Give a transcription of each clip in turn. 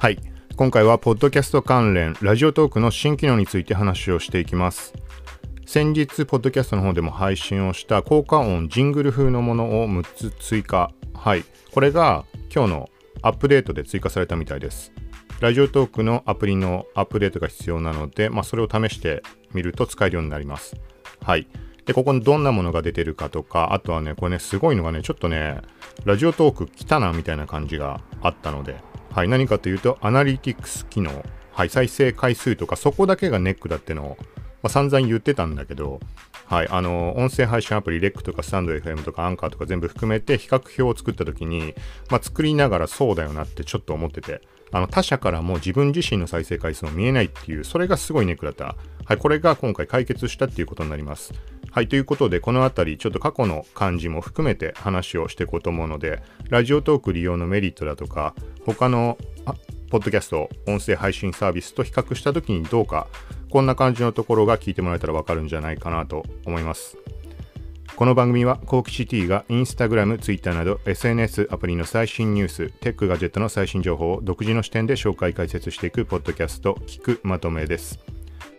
はい、今回はポッドキャスト関連ラジオトークの新機能について話をしていきます。先日ポッドキャストの方でも配信をした効果音ジングル風のものを6つ追加。はい、これが今日のアップデートで追加されたみたいです。ラジオトークのアプリのアップデートが必要なので、それを試してみると使えるようになります。はい。で、ここにどんなものが出てるかとか、あとはね、これね、すごいのがね、ちょっとね、ラジオトーク来たなみたいな感じがあったので、はい、何かというと、アナリティクス機能、はい、再生回数とか、そこだけがネックだってのを、散々言ってたんだけど、はい、音声配信アプリ、レックとかスタンド FM とかアンカーとか全部含めて比較表を作った時に、作りながらそうだよなってちょっと思ってて、他社からも自分自身の再生回数も見えないっていう、それがすごいネックだった。はい、これが今回解決したっていうことになります。はい、ということで、このあたり、ちょっと過去の感じも含めて話をしていこうと思うので、ラジオトーク利用のメリットだとか、他のポッドキャスト、音声配信サービスと比較したときにどうか、こんな感じのところが聞いてもらえたらわかるんじゃないかなと思います。この番組は、コウキシ T がインスタグラム、ツイッターなど SNS アプリの最新ニュース、テックガジェットの最新情報を独自の視点で紹介解説していくポッドキャスト、聞くまとめです。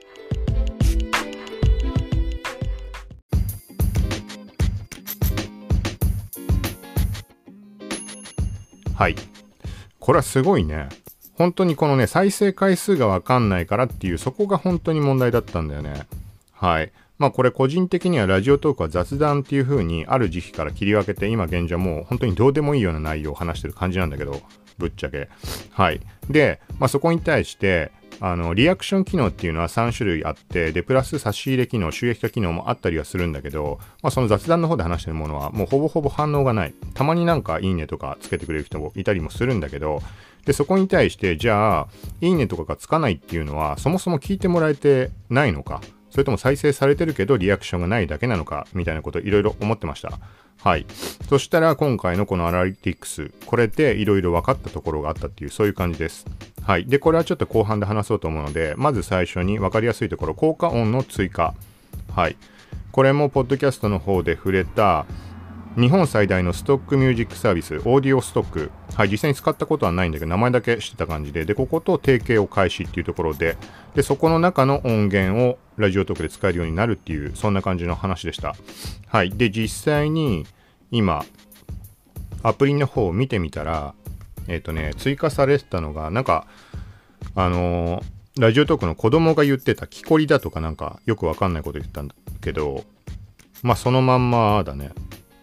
はい。これはすごいね。本当にこのね、再生回数がわかんないからっていう、そこが本当に問題だったんだよね。はい。これ個人的にはラジオトークは雑談っていう風にある時期から切り分けて、今現状もう本当にどうでもいいような内容を話してる感じなんだけど、ぶっちゃけ。はい。で、そこに対して、リアクション機能っていうのは3種類あって、で、プラス差し入れ機能、収益化機能もあったりはするんだけど、その雑談の方で話してるものはもうほぼほぼ反応がない。たまになんかいいねとかつけてくれる人もいたりもするんだけど、で、そこに対して、じゃあ、いいねとかがつかないっていうのは、そもそも聞いてもらえてないのか、それとも再生されてるけどリアクションがないだけなのか、みたいなこといろいろ思ってました。はい。そしたら今回のこのアナリティクス、これでいろいろ分かったところがあったっていう、そういう感じです。はい。で、これはちょっと後半で話そうと思うので、まず最初に分かりやすいところ、効果音の追加。はい。これもポッドキャストの方で触れた、日本最大のストックミュージックサービス、オーディオストック。はい、実際に使ったことはないんだけど、名前だけ知ってた感じで、で、ここと提携を開始っていうところで、で、そこの中の音源をラジオトークで使えるようになるっていう、そんな感じの話でした。はい。で、実際に、今、アプリの方を見てみたら、追加されてたのが、なんか、ラジオトークの子供が言ってた木こりだとかなんか、よくわかんないこと言ったんだけど、そのまんまだね。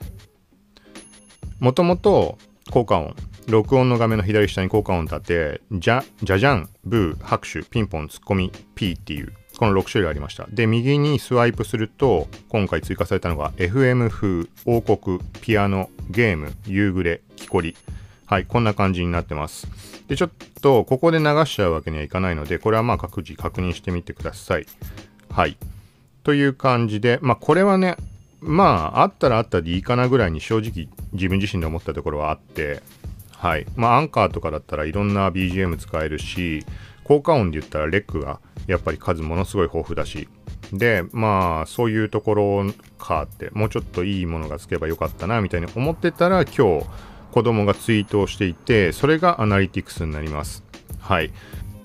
もともと効果音、録音の画面の左下に効果音立て、じゃじゃん、ブー、拍手、ピンポン、ツッコミ、ピーっていう、この6種類ありました。で、右にスワイプすると、今回追加されたのが FM 風、王国、ピアノ、ゲーム、夕暮れ、木こり。はい、こんな感じになってます。で、ちょっとここで流しちゃうわけにはいかないので、これは各自確認してみてください。はい。という感じで、これはね、あったらあったでいいかなぐらいに正直自分自身で思ったところはあって、はい。アンカーとかだったらいろんな BGM 使えるし、効果音で言ったらレックがやっぱり数ものすごい豊富だし、で、そういうところかって、もうちょっといいものがつけばよかったな、みたいに思ってたら今日子供がツイートをしていて、それがアナリティクスになります。はい。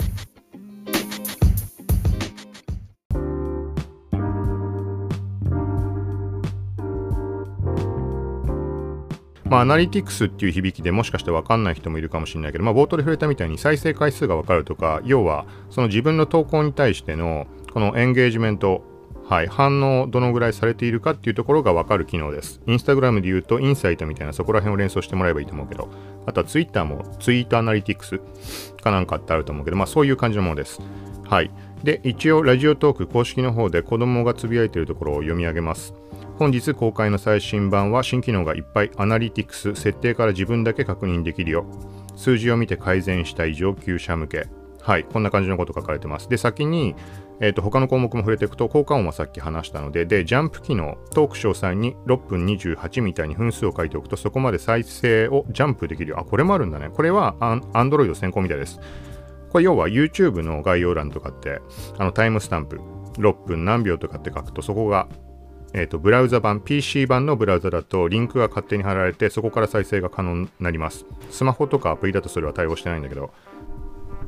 アナリティクスっていう響きでもしかして分かんない人もいるかもしれないけど、冒頭で触れたみたいに再生回数が分かるとか、要はその自分の投稿に対してのこのエンゲージメント、はい、反応どのぐらいされているかっていうところが分かる機能です。インスタグラムで言うとインサイトみたいな、そこら辺を連想してもらえばいいと思うけど、あとはツイッターもツイートアナリティクスかなんかってあると思うけど、そういう感じのものです。はい。で、一応ラジオトーク公式の方で子供がつぶやいているところを読み上げます。本日公開の最新版は新機能がいっぱい。アナリティクス、設定から自分だけ確認できるよ。数字を見て改善したい上級者向け。はい、こんな感じのこと書かれてます。で、先に、他の項目も触れていくと、効果音はさっき話したので、で、ジャンプ機能、トーク詳細に6分28みたいに分数を書いておくと、そこまで再生をジャンプできるよ。これもあるんだね。これはAndroid 先行みたいです。これ要は YouTube の概要欄とかって、タイムスタンプ、6分何秒とかって書くと、そこが、ブラウザ版、PC 版のブラウザだとリンクが勝手に貼られて、そこから再生が可能になります。スマホとかアプリだとそれは対応してないんだけど、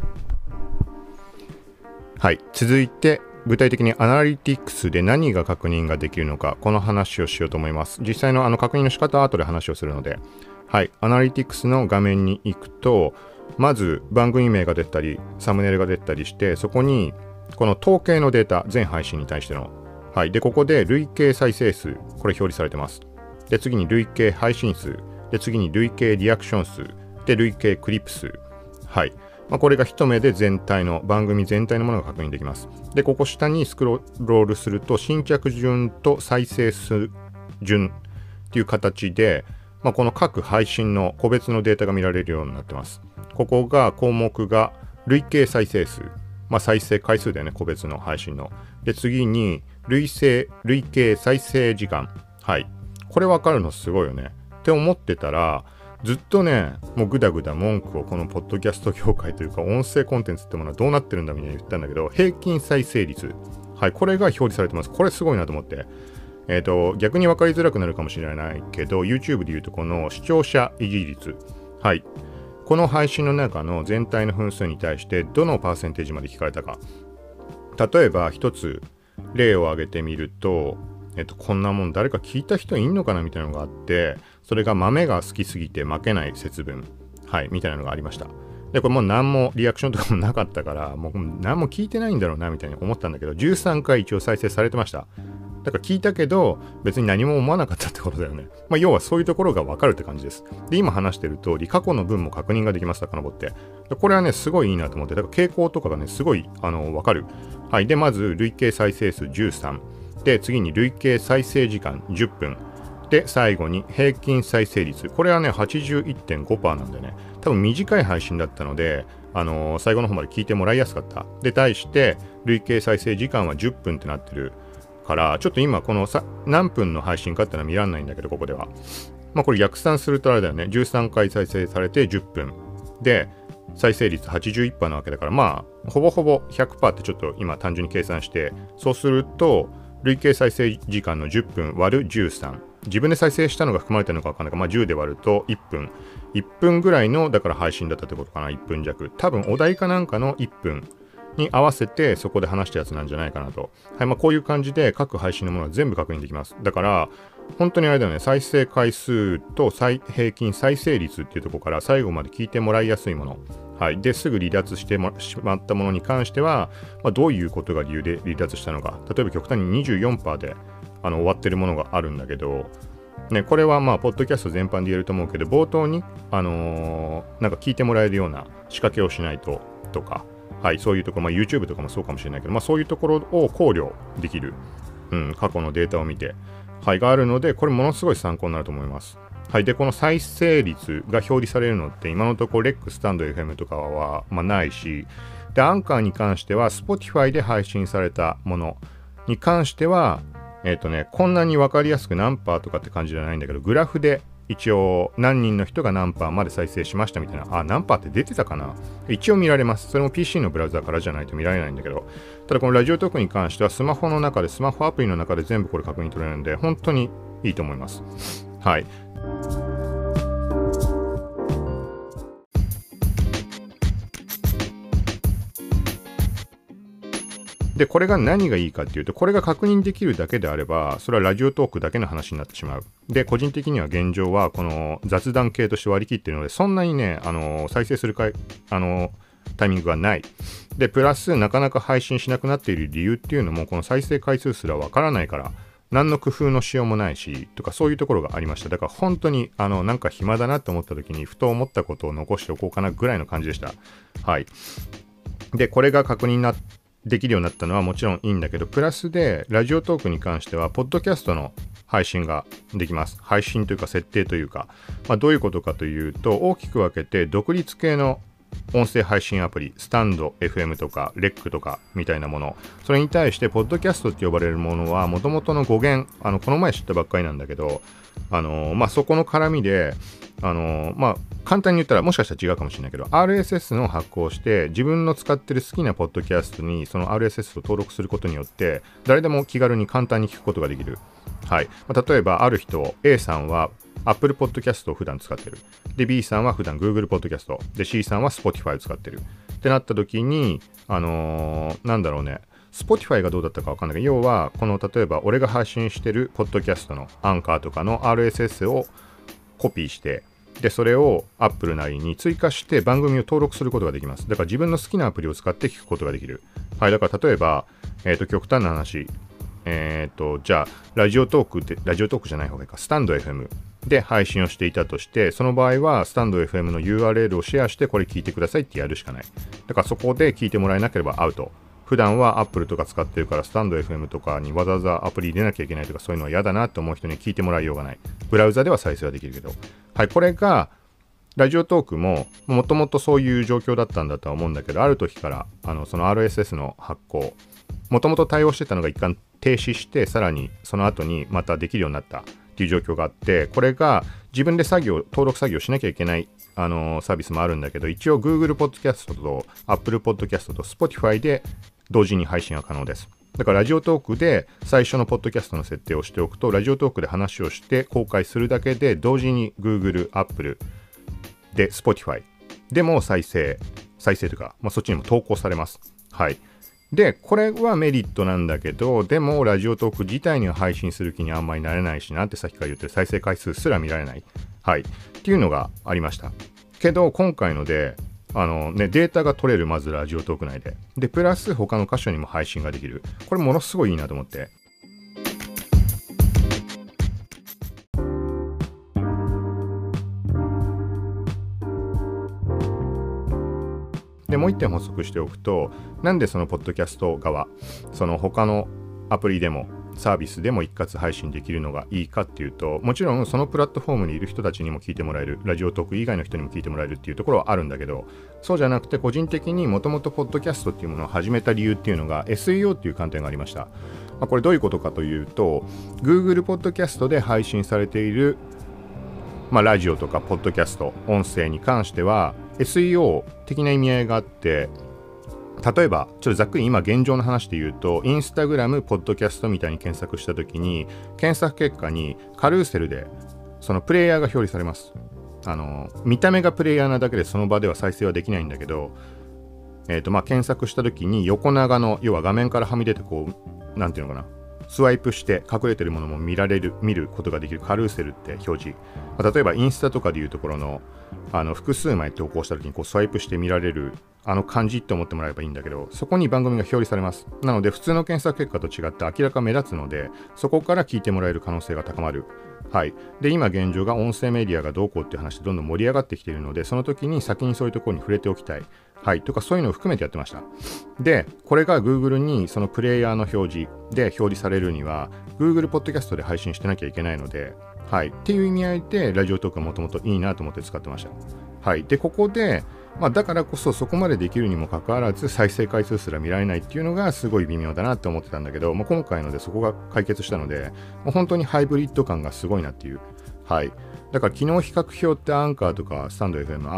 はい。続いて、具体的にアナリティクスで何が確認ができるのか、この話をしようと思います。実際の確認の仕方は後で話をするので、はい。アナリティクスの画面に行くと、まず番組名が出たり、サムネイルが出たりして、そこに、この統計のデータ、全配信に対しての。はい。で、ここで累計再生数、これ表示されてます。で、次に累計配信数。で、次に累計リアクション数。で、累計クリップ数。はい。これが一目で番組全体のものが確認できます。で、ここ下にスクロールすると、新着順と再生数順っていう形で、この各配信の個別のデータが見られるようになってます。ここが、項目が累計再生数。再生回数だよね、個別の配信の。で、次に累計再生時間。はい。これ分かるのすごいよね。って思ってたら、ずっとね、もうぐだぐだ文句をこのポッドキャスト業界というか音声コンテンツってものはどうなってるんだみたいに言ったんだけど、平均再生率。はい、これが表示されてます。これすごいなと思って。逆に分かりづらくなるかもしれないけど、YouTube で言うとこの視聴者維持率。はい。この配信の中の全体の分数に対してどのパーセンテージまで聞かれたか。例えば一つ例を挙げてみると、こんなもん誰か聞いた人いんのかなみたいなのがあって、それが豆が好きすぎて負けない節分。はい、みたいなのがありました。で、これもう何もリアクションとかもなかったから、もう何も聞いてないんだろうなみたいに思ったんだけど、13回一応再生されてました。だから聞いたけど、別に何も思わなかったってことだよね。要はそういうところがわかるって感じです。で、今話してる通り、過去の分も確認ができます、遡って。これはね、すごいいいなと思って、だから傾向とかがね、すごい、わかる。はい。で、まず、累計再生数13。で、次に累計再生時間10分。で、最後に平均再生率。これはね、81.5% なんだよね。多分短い配信だったので、最後の方まで聞いてもらいやすかった。で、対して、累計再生時間は10分ってなってるから、ちょっと今、この何分の配信かってのは見らんないんだけど、ここでは。これ逆算するとあれだよね。13回再生されて10分。で、再生率 81% なわけだから、ほぼほぼ 100% ってちょっと今単純に計算して、そうすると、累計再生時間の10分割る13。自分で再生したのが含まれてるのか分かんないか、10で割ると1分。1分ぐらいの、だから配信だったってことかな、1分弱。多分お題かなんかの1分に合わせてそこで話したやつなんじゃないかなと。はい、こういう感じで各配信のものは全部確認できます。だから、本当にあれだよね、再生回数と平均再生率っていうところから最後まで聞いてもらいやすいもの。はい。で、すぐ離脱してしまったものに関しては、どういうことが理由で離脱したのか。例えば極端に 24% で終わってるものがあるんだけど、ね、これはポッドキャスト全般で言えると思うけど、冒頭に、なんか聞いてもらえるような仕掛けをしないととか、はい、そういうところ、YouTube とかもそうかもしれないけど、そういうところを考慮できる、過去のデータを見て、はい、があるので、これものすごい参考になると思います。はい。で、この再生率が表示されるのって、今のところ、レックスタンド FM とかは、ないし、で、アンカーに関しては、Spotify で配信されたものに関しては、こんなに分かりやすく何パーとかって感じじゃないんだけど、グラフで一応何人の人が何パーまで再生しましたみたいな、何パーって出てたかな？一応見られます。それも PC のブラウザからじゃないと見られないんだけど、ただこのラジオトークに関してはスマホアプリの中で全部これ確認取れるんで、本当にいいと思います。はい。で、これが何がいいかっていうと、これが確認できるだけであれば、それはラジオトークだけの話になってしまう。で、個人的には現状は、この雑談系として割り切っているので、そんなにね、再生するタイミングがない。で、プラス、なかなか配信しなくなっている理由っていうのも、この再生回数すらわからないから、何の工夫のしようもないし、とかそういうところがありました。だから本当に、なんか暇だなって思った時に、ふと思ったことを残しておこうかなぐらいの感じでした。はい。で、これが確認できるようになったのはもちろんいいんだけど、プラスで、ラジオトークに関しては、ポッドキャストの配信ができます。配信というか、設定というか、どういうことかというと、大きく分けて、独立系の音声配信アプリ、スタンド FM とか、レックとかみたいなもの、それに対して、ポッドキャストって呼ばれるものは、もともとの語源、この前知ったばっかりなんだけど、そこの絡みで、簡単に言ったらもしかしたら違うかもしれないけど RSS の発行をして自分の使ってる好きなポッドキャストにその RSS を登録することによって誰でも気軽に簡単に聞くことができる。はい。例えばある人 A さんは Apple Podcast を普段使ってる。で B さんは普段 Google Podcast で C さんは Spotify を使ってる。 ってなった時に、なんだろうね、Spotify がどうだったかわかんないけど、要は、この例えば俺が配信してるポッドキャストのアンカーとかの RSS をコピーして、で、それを Apple なりに追加して番組を登録することができます。だから自分の好きなアプリを使って聞くことができる。はい、だから例えば、極端な話、じゃあ、ラジオトークじゃない方がいいか、スタンド FM で配信をしていたとして、その場合は、スタンド FM の URL をシェアして、これ聞いてくださいってやるしかない。だからそこで聞いてもらえなければアウト。普段は Apple とか使ってるから、スタンド FM とかにわざわざアプリ入れなきゃいけないとか、そういうのは嫌だなと思う人に聞いてもらいようがない。ブラウザでは再生はできるけど。はい、これが、ラジオトークももともとそういう状況だったんだとは思うんだけど、ある時からその RSS の発行、もともと対応してたのが一貫停止して、さらにその後にまたできるようになったっていう状況があって、これが自分で登録作業しなきゃいけないサービスもあるんだけど、一応 Google Podcast と Apple Podcast と Spotify で同時に配信が可能です。だからラジオトークで最初のポッドキャストの設定をしておくと、ラジオトークで話をして公開するだけで同時に Google、Apple で Spotify でも再生というか、そっちにも投稿されます。はい。で、これはメリットなんだけど、でもラジオトーク自体には配信する気にあんまりなれないしなってさっきから言ってる再生回数すら見られない。はい。っていうのがありました。けど、今回ので、データが取れる、まずラジオトーク内で。で、プラス他の箇所にも配信ができる。これものすごいいいなと思って。で、もう一点補足しておくと、なんでそのポッドキャスト側、その他のアプリでもサービスでも一括配信できるのがいいかっていうと、もちろんそのプラットフォームにいる人たちにも聞いてもらえる、ラジオトーク以外の人にも聞いてもらえるっていうところはあるんだけど、そうじゃなくて個人的にもともとポッドキャストっていうものを始めた理由っていうのが SEO っていう観点がありました。これどういうことかというと、Google ポッドキャストで配信されているラジオとかポッドキャスト、音声に関しては SEO 的な意味合いがあって、例えばちょっとざっくり今現状の話で言うと、インスタグラムポッドキャストみたいに検索したときに、検索結果にカルーセルでそのプレイヤーが表示されます。見た目がプレイヤーなだけでその場では再生はできないんだけど、検索したときに横長の、要は画面からはみ出てこう、なんていうのかな、スワイプして隠れてるものも見ることができるカルーセルって表示。例えばインスタとかでいうところの、複数枚投稿した時にこうスワイプして見られる感じって思ってもらえばいいんだけど、そこに番組が表示されます。なので普通の検索結果と違って明らか目立つので、そこから聞いてもらえる可能性が高まる。はい。で、今現状が音声メディアがどうこうっていう話でどんどん盛り上がってきているので、その時に先にそういうところに触れておきたい。はい。とかそういうのを含めてやってました。で、これが Google にそのプレイヤーの表示で表示されるには、Google ポッドキャストで配信してなきゃいけないので、はい。っていう意味合いで、ラジオトークはもともといいなと思って使ってました。はい。で、ここで、だからこそそこまでできるにもかかわらず、再生回数すら見られないっていうのがすごい微妙だなって思ってたんだけど、今回のでそこが解決したので、本当にハイブリッド感がすごいなっていう。はい。だから機能比較表ってアンカーとかスタンド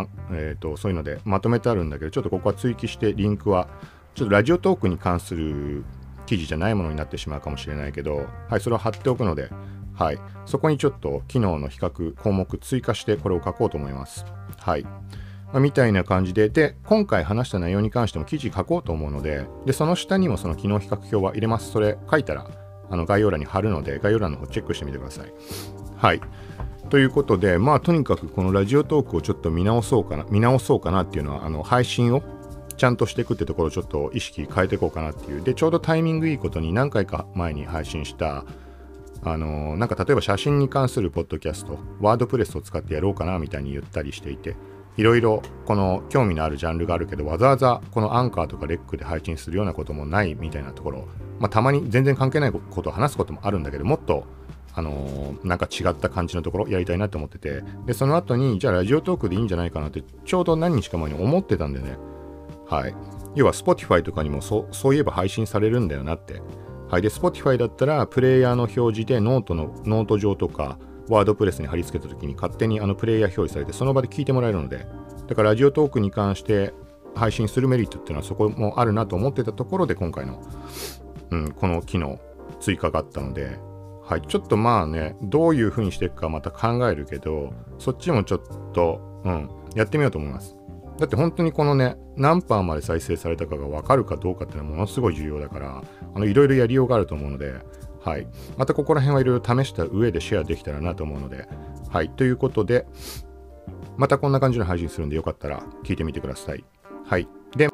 FM、そういうのでまとめてあるんだけど、ちょっとここは追記してリンクは、ちょっとラジオトークに関する記事じゃないものになってしまうかもしれないけど、はい、それを貼っておくので、はい、そこにちょっと機能の比較項目追加してこれを書こうと思います。はい。みたいな感じで、今回話した内容に関しても記事書こうと思うので、その下にもその機能比較表は入れます。それ書いたら、概要欄に貼るので、概要欄の方チェックしてみてください。はい。ということで、とにかくこのラジオトークをちょっと見直そうかなっていうのは、配信をちゃんとしていくってところをちょっと意識変えていこうかなっていう。で、ちょうどタイミングいいことに何回か前に配信した、なんか例えば写真に関するポッドキャスト、ワードプレスを使ってやろうかなみたいに言ったりしていて、いろいろこの興味のあるジャンルがあるけど、わざわざこのアンカーとかレックで配信するようなこともないみたいなところ、たまに全然関係ないことを話すこともあるんだけど、もっとなんか違った感じのところやりたいなと思ってて、でその後にじゃあラジオトークでいいんじゃないかなってちょうど何日か前に思ってたんでね。はい。要は Spotify とかにもそういえば配信されるんだよなって。はい。で Spotify だったらプレイヤーの表示でノート上とかワードプレスに貼り付けた時に勝手にプレイヤー表示されてその場で聞いてもらえるので、だからラジオトークに関して配信するメリットっていうのはそこもあるなと思ってたところで、今回の、この機能追加があったので、はい、ちょっとどういう風にしていくかまた考えるけど、そっちもちょっと、やってみようと思います。 だって本当にこのね、何パーまで再生されたかが分かるかどうかっていうのはものすごい重要だから、いろいろやりようがあると思うので、はい。またここら辺はいろいろ試した上でシェアできたらなと思うので、はい。ということで、またこんな感じの配信するんでよかったら聞いてみてください。はい。で、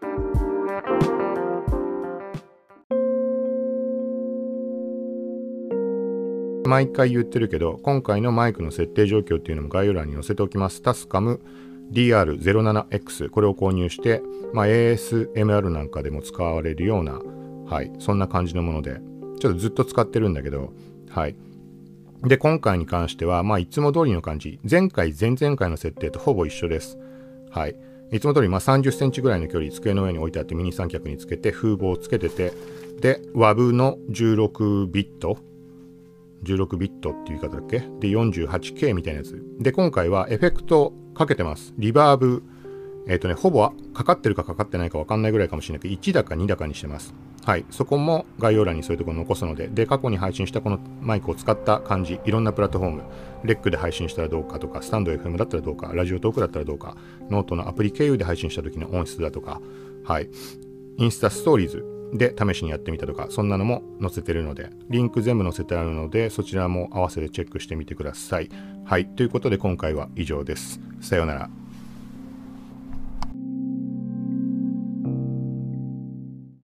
毎回言ってるけど、今回のマイクの設定状況っていうのも概要欄に載せておきます。タスカム DR07X、これを購入して、ASMR なんかでも使われるような、はい、そんな感じのもので、ちょっとずっと使ってるんだけど、はい。で、今回に関しては、いつも通りの感じ。前回、前々回の設定とほぼ一緒です。はい。いつも通り、30センチぐらいの距離、机の上に置いてあって、ミニ三脚につけて、風防をつけてて、で、WAV の16ビットっていう言い方だっけで、48K みたいなやつ。で、今回はエフェクトかけてます。リバーブ、ほぼかかってるかかかってないか分かんないぐらいかもしれないけど、1だか2だかにしてます。はい。そこも概要欄にそういうところ残すので、で、過去に配信したこのマイクを使った感じ、いろんなプラットフォーム、レックで配信したらどうかとか、スタンド FM だったらどうか、ラジオトークだったらどうか、ノートのアプリ経由で配信した時の音質だとか、はい。インスタストーリーズで試しにやってみたとか、そんなのも載せてるので、リンク全部載せてあるので、そちらも合わせてチェックしてみてください。はい。ということで今回は以上です。さようなら。